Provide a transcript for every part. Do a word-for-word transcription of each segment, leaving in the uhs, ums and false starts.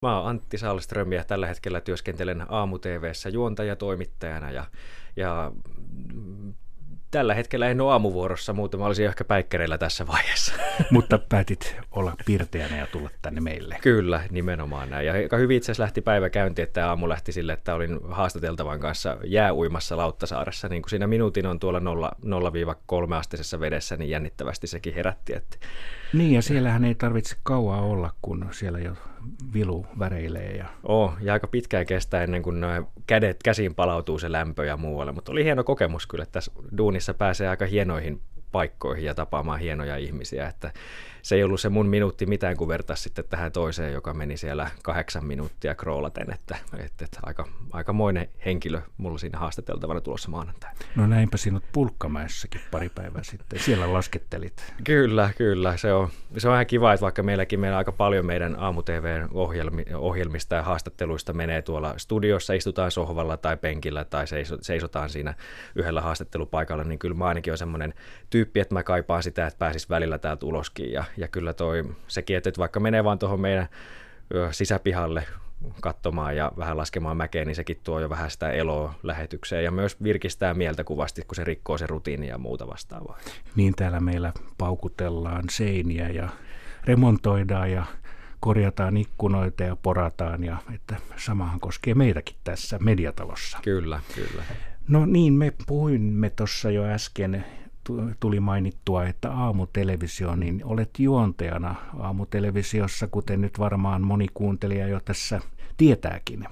Mä oon Antti Sahlström ja tällä hetkellä työskentelen Aamu-T V:ssä juontajatoimittajana ja, ja mm, tällä hetkellä en ole aamuvuorossa, muuten mä olisin ehkä päikkäreillä tässä vaiheessa. Mutta päätit olla pirteänä ja tulla tänne meille. Kyllä, nimenomaan näin. Ja aika hyvin itse asiassa lähti päivä käyntiin, että aamu lähti sille, että olin haastateltavan kanssa jääuimassa Lauttasaaressa. Niin kun siinä minuutin on tuolla nolla kolme asteisessa vedessä, niin jännittävästi sekin herätti. Että... Niin, ja siellähän ei tarvitse kauaa olla, kun siellä jo vilu väreilee. Ja... Oh, ja aika pitkään kestää ennen kuin kädet, käsiin palautuu se lämpö ja muualle. Mutta oli hieno kokemus kyllä, että tässä duunissa pääsee aika hienoihin paikkoihin ja tapaamaan hienoja ihmisiä, että se ei ollut se mun minuutti mitään, kun vertaisi sitten tähän toiseen, joka meni siellä kahdeksan minuuttia kroolaten, että, että, että aika, aikamoinen henkilö mulla siinä haastateltavana tulossa maanantaina. No näinpä sinut Pulkkamäessäkin pari päivää sitten, siellä laskettelit. Kyllä, kyllä, se on, se on ihan kiva, että vaikka meilläkin meillä aika paljon meidän Aamu-T V:n ohjelmi, ohjelmista ja haastatteluista menee tuolla studiossa, istutaan sohvalla tai penkillä tai seisotaan siinä yhdellä haastattelupaikalla, niin kyllä mä ainakin on semmoinen tyyppi, että mä kaipaan sitä, että pääsis välillä täältä uloskin ja, ja kyllä toi sekin, että vaikka menee vaan tuohon meidän sisäpihalle katsomaan ja vähän laskemaan mäkeä, niin sekin tuo jo vähän sitä eloa lähetykseen ja myös virkistää mieltä kuvasti, kun se rikkoo se rutiini ja muuta vastaavaa. Niin täällä meillä paukutellaan seiniä ja remontoidaan ja korjataan ikkunoita ja porataan, ja että samahan koskee meitäkin tässä mediatalossa. Kyllä, kyllä. No niin, me puhuimme tuossa jo äsken, tuli mainittua, että aamutelevisio, niin olet juontajana aamutelevisiossa, kuten nyt varmaan moni kuuntelija jo tässä tietääkin.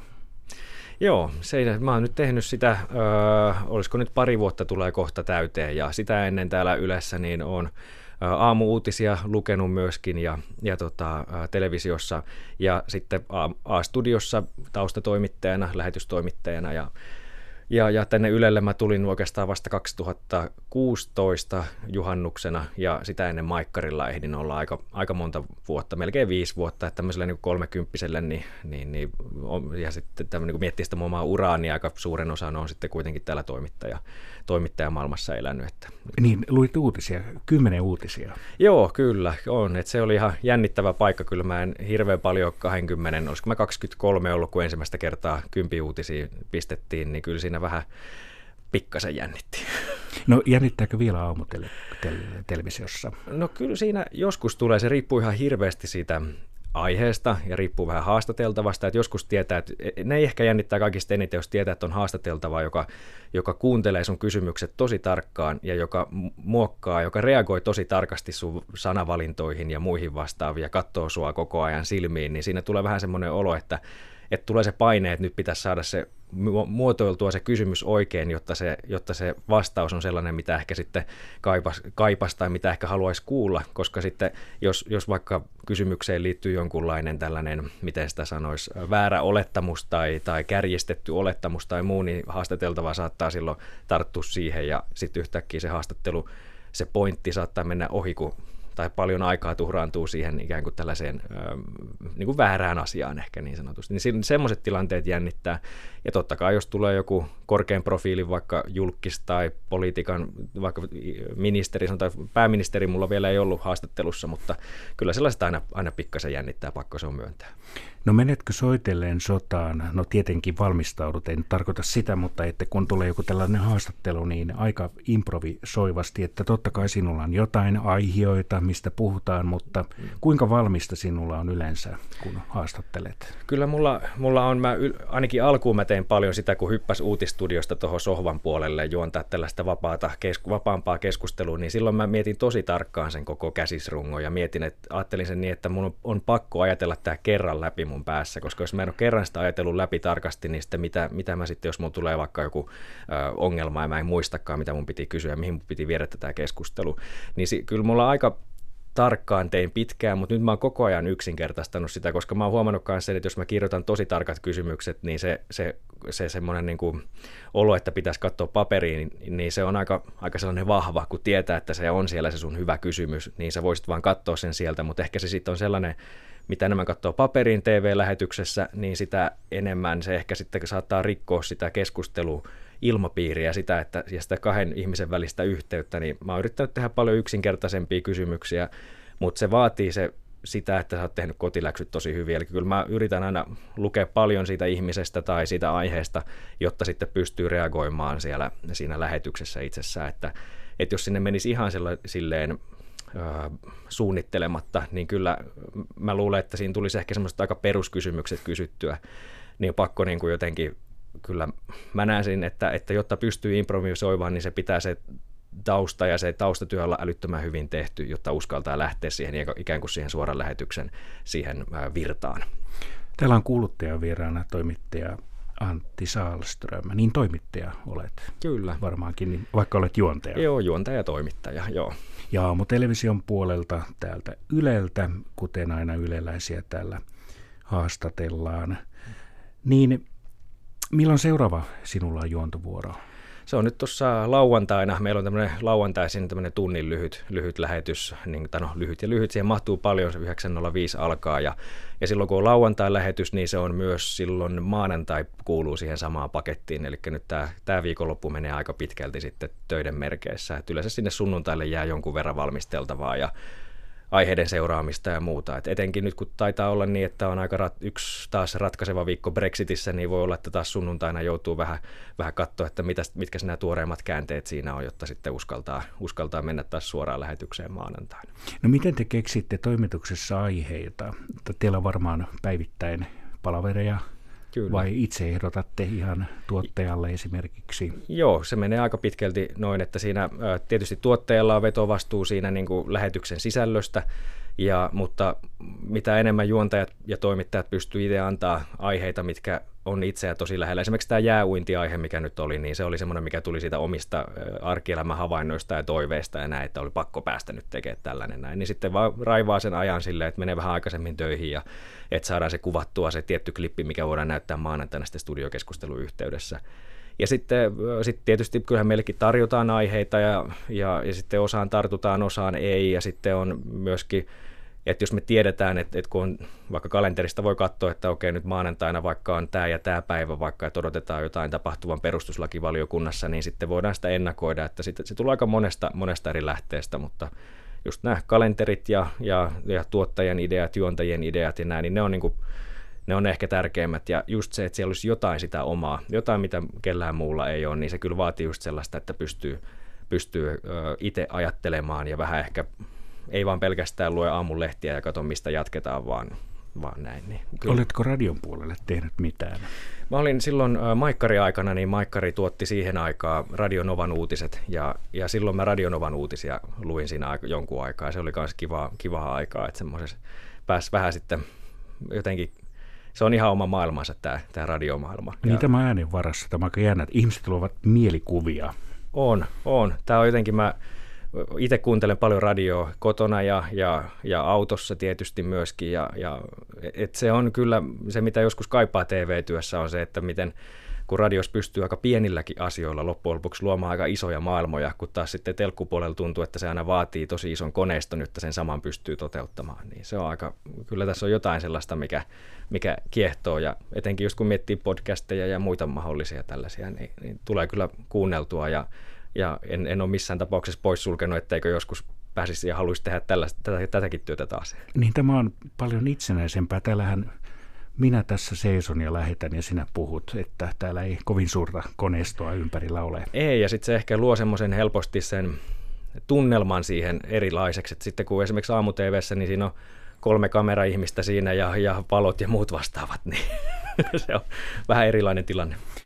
Joo, se, mä oon nyt tehnyt sitä, äh, olisiko nyt pari vuotta tulee kohta täyteen, ja sitä ennen täällä Ylessä niin on aamu-uutisia lukenut myöskin ja, ja tota, televisiossa ja sitten A-studiossa taustatoimittajana, lähetystoimittajana ja Ja, ja tänne Ylelle mä tulin oikeastaan vasta kaksituhattakuusitoista juhannuksena ja sitä ennen Maikkarilla ehdin olla aika, aika monta vuotta, melkein viisi vuotta, että tämmöiselle niin kolmekymppiselle, niin, niin, niin, ja sitten niin kun miettii sitä omaa uraa, niin aika suuren osan on sitten kuitenkin täällä toimittaja, toimittajamaailmassa elänyt. Että, niin, luit uutisia, kymmenen uutisia. Joo, kyllä on, että se oli ihan jännittävä paikka, kyllä mä en hirveän paljon kaksikymmentä, olisiko mä kaksikymmentäkolme ollut, kun ensimmäistä kertaa kympi uutisia pistettiin, niin kyllä siinä vähän pikkasen jännitti. No jännittääkö vielä aamutelevisiossa? No kyllä siinä joskus tulee, se riippuu ihan hirveästi siitä aiheesta ja riippuu vähän haastateltavasta, että joskus tietää, että ne ei ehkä jännittää kaikista eniten, jos tietää, että on haastateltava, joka, joka kuuntelee sun kysymykset tosi tarkkaan ja joka muokkaa, joka reagoi tosi tarkasti sun sanavalintoihin ja muihin vastaaviin ja katsoo sua koko ajan silmiin, niin siinä tulee vähän semmoinen olo, että että tulee se paine, että nyt pitäisi saada se muotoiltua se kysymys oikein, jotta se, jotta se vastaus on sellainen, mitä ehkä sitten kaipas, kaipas tai mitä ehkä haluaisi kuulla, koska sitten jos, jos vaikka kysymykseen liittyy jonkunlainen tällainen, miten sitä sanoisi, väärä olettamus tai, tai kärjistetty olettamus tai muu, niin haastateltava saattaa silloin tarttua siihen ja sitten yhtäkkiä se haastattelu, se pointti saattaa mennä ohi, kun tai paljon aikaa tuhraantuu siihen ikään kuin tällaiseen ähm, niin kuin väärään asiaan ehkä niin sanotusti. Niin semmoiset tilanteet jännittää. Ja totta kai, jos tulee joku korkean profiilin, vaikka julkis tai politiikan, vaikka ministeri, tai pääministeri mulla vielä ei ollut haastattelussa, mutta kyllä sellaiset aina, aina pikkasen jännittää, pakko se on myöntää. No menetkö soitelleen sotaan? No tietenkin valmistaudut, en tarkoita sitä, mutta että kun tulee joku tällainen haastattelu, niin aika improvisoivasti, että totta kai sinulla on jotain aiheita, mistä puhutaan, mutta kuinka valmista sinulla on yleensä, kun haastattelet? Kyllä mulla, mulla on, mä ainakin alkuun mä tein paljon sitä, kun hyppäs uutistudiosta tuohon sohvan puolelle juontaa tällaista vapaata, kesku, vapaampaa keskustelua, niin silloin mä mietin tosi tarkkaan sen koko käsisrungon ja mietin, että ajattelin sen niin, että mun on, on pakko ajatella tämä kerran läpi mun päässä, koska jos mä en ole kerran sitä ajatellut läpi tarkasti, niin sitten mitä, mitä mä sitten, jos mulla tulee vaikka joku ö, ongelma ja mä en muistakaan, mitä mun piti kysyä, mihin mun piti viedä tätä keskustelua, niin si, kyllä mulla aika tarkkaan tein pitkään, mutta nyt mä oon koko ajan yksinkertaistanut sitä, koska mä oon huomannut myös sen, että jos mä kirjoitan tosi tarkat kysymykset, niin se, se, se semmoinen niin kuin olo, että pitäisi katsoa paperiin, niin se on aika, aika sellainen vahva, kun tietää, että se on siellä se sun hyvä kysymys, niin sä voisit vaan katsoa sen sieltä, mutta ehkä se sitten on sellainen, mitä enemmän katsoo paperiin T V-lähetyksessä, niin sitä enemmän se ehkä sitten saattaa rikkoa sitä keskustelua, ilmapiiriä sitä, että, ja sitä kahden ihmisen välistä yhteyttä, niin mä oon yrittänyt tehdä paljon yksinkertaisempia kysymyksiä, mutta se vaatii se sitä, että sä oot tehnyt kotiläksyt tosi hyvin. Eli kyllä mä yritän aina lukea paljon siitä ihmisestä tai siitä aiheesta, jotta sitten pystyy reagoimaan siellä siinä lähetyksessä itsessään. Että, että jos sinne menisi ihan silleen äh, suunnittelematta, niin kyllä mä luulen, että siinä tulisi ehkä semmoiset aika peruskysymykset kysyttyä. Niin on pakko niin kuin jotenkin, kyllä mä näen, että, että jotta pystyy improvisoimaan, niin se pitää se tausta ja se taustatyö olla älyttömän hyvin tehty, jotta uskaltaa lähteä siihen ikään kuin siihen suoran lähetyksen siihen virtaan. Täällä on kuuluttajavieraana toimittaja Antti Sahlström. Niin toimittaja olet. Kyllä. Varmaankin, vaikka olet juontaja. Joo, juontaja ja toimittaja, joo. Ja aamutelevision puolelta täältä Yleltä, kuten aina yleläisiä täällä haastatellaan. Niin milloin seuraava sinulla on juontovuoro? Se on nyt tuossa lauantaina. Meillä on tämmöinen lauantaisin tämmöinen tunnin lyhyt, lyhyt lähetys. Niin, no, lyhyt ja lyhyt, siihen mahtuu paljon, se yhdeksän nolla viisi alkaa. Ja, ja silloin kun on lauantain lähetys, niin se on myös silloin maanantai kuuluu siihen samaan pakettiin. Eli nyt tämä, tämä viikonloppu menee aika pitkälti sitten töiden merkeissä. Et yleensä sinne sunnuntaille jää jonkun verran valmisteltavaa ja aiheiden seuraamista ja muuta. Et etenkin nyt, kun taitaa olla niin, että on aika rat, yksi taas ratkaiseva viikko Brexitissä, niin voi olla, että taas sunnuntaina joutuu vähän, vähän katsoa, että mitä, mitkä nämä tuoreimmat käänteet siinä on, jotta sitten uskaltaa, uskaltaa mennä taas suoraan lähetykseen maanantaina. No miten te keksitte toimituksessa aiheita? Teillä on varmaan päivittäin palavereja. Kyllä. Vai itse ehdotatte ihan tuottajalle esimerkiksi? Joo, se menee aika pitkälti noin, että siinä tietysti tuottajalla on vetovastuu siinä niin kuin lähetyksen sisällöstä, ja, mutta mitä enemmän juontajat ja toimittajat pystyy itse antaa aiheita, mitkä on itseä tosi lähellä. Esimerkiksi tämä jääuintiaihe, mikä nyt oli, niin se oli semmoinen, mikä tuli siitä omista arkielämän havainnoista ja toiveista ja näin, että oli pakko päästä nyt tekemään tällainen näin. Niin sitten vaan raivaa sen ajan silleen, että menee vähän aikaisemmin töihin ja että saadaan se kuvattua, se tietty klippi, mikä voidaan näyttää maanantaina sitten studiokeskustelun yhteydessä. Ja sitten sit tietysti kyllähän meillekin tarjotaan aiheita ja, ja, ja sitten osaan tartutaan, osaan ei, ja sitten on myöskin, että jos me tiedetään, että, että kun on, vaikka kalenterista voi katsoa, että okei, nyt maanantaina vaikka on tämä ja tämä päivä, vaikka että odotetaan jotain tapahtuvan perustuslakivaliokunnassa, niin sitten voidaan sitä ennakoida, että sitten se tulee aika monesta, monesta eri lähteestä, mutta just nämä kalenterit ja, ja, ja tuottajien ideat, juontajien ideat ja nämä, niin ne on, niin kuin, ne on ehkä tärkeimmät, ja just se, että siellä olisi jotain sitä omaa, jotain mitä kellään muulla ei ole, niin se kyllä vaatii just sellaista, että pystyy, pystyy itse ajattelemaan ja vähän ehkä ei vaan pelkästään lue aamun lehtiä ja katso, mistä jatketaan, vaan, vaan näin. Niin oletko radion puolelle tehnyt mitään? Mä olin silloin Maikkari-aikana, niin Maikkari tuotti siihen aikaan Radio Novan uutiset, ja, ja silloin mä Radio Novan uutisia luin siinä jonkun aikaa, ja se oli myös kiva, kivaa aikaa, että semmoisessa pääsi vähän sitten jotenkin, se on ihan oma maailmansa tämä, tämä radiomaailma. Niin ja tämä äänen varassa, tämä on aika jännä, että ihmiset luovat mielikuvia. On, on. Tämä on jotenkin, mä itse kuuntelen paljon radioa kotona ja, ja, ja autossa tietysti myöskin, ja, ja et se on kyllä se, mitä joskus kaipaa T V-työssä, on se, että miten kun radios pystyy aika pienilläkin asioilla loppujen lopuksi luomaan aika isoja maailmoja, kun taas sitten telkkupuolella tuntuu, että se aina vaatii tosi ison koneiston, jotta sen saman pystyy toteuttamaan. Niin se on aika, kyllä tässä on jotain sellaista, mikä, mikä kiehtoo, ja etenkin just kun miettii podcasteja ja muita mahdollisia tällaisia, niin, niin tulee kyllä kuunneltua, ja Ja en, en ole missään tapauksessa poissulkenut, etteikö joskus pääsisi ja haluaisi tehdä tällaista, tätä, tätäkin työtä taas. Niin tämä on paljon itsenäisempää. Täällähän minä tässä seison ja lähetän ja sinä puhut, että täällä ei kovin suurta koneistoa ympärillä ole. Ei, ja sitten se ehkä luo semmoisen helposti sen tunnelman siihen erilaiseksi. Et sitten kun esimerkiksi aamu-tv:ssä, niin siinä on kolme kameraihmistä siinä ja, ja valot ja muut vastaavat, niin se on vähän erilainen tilanne.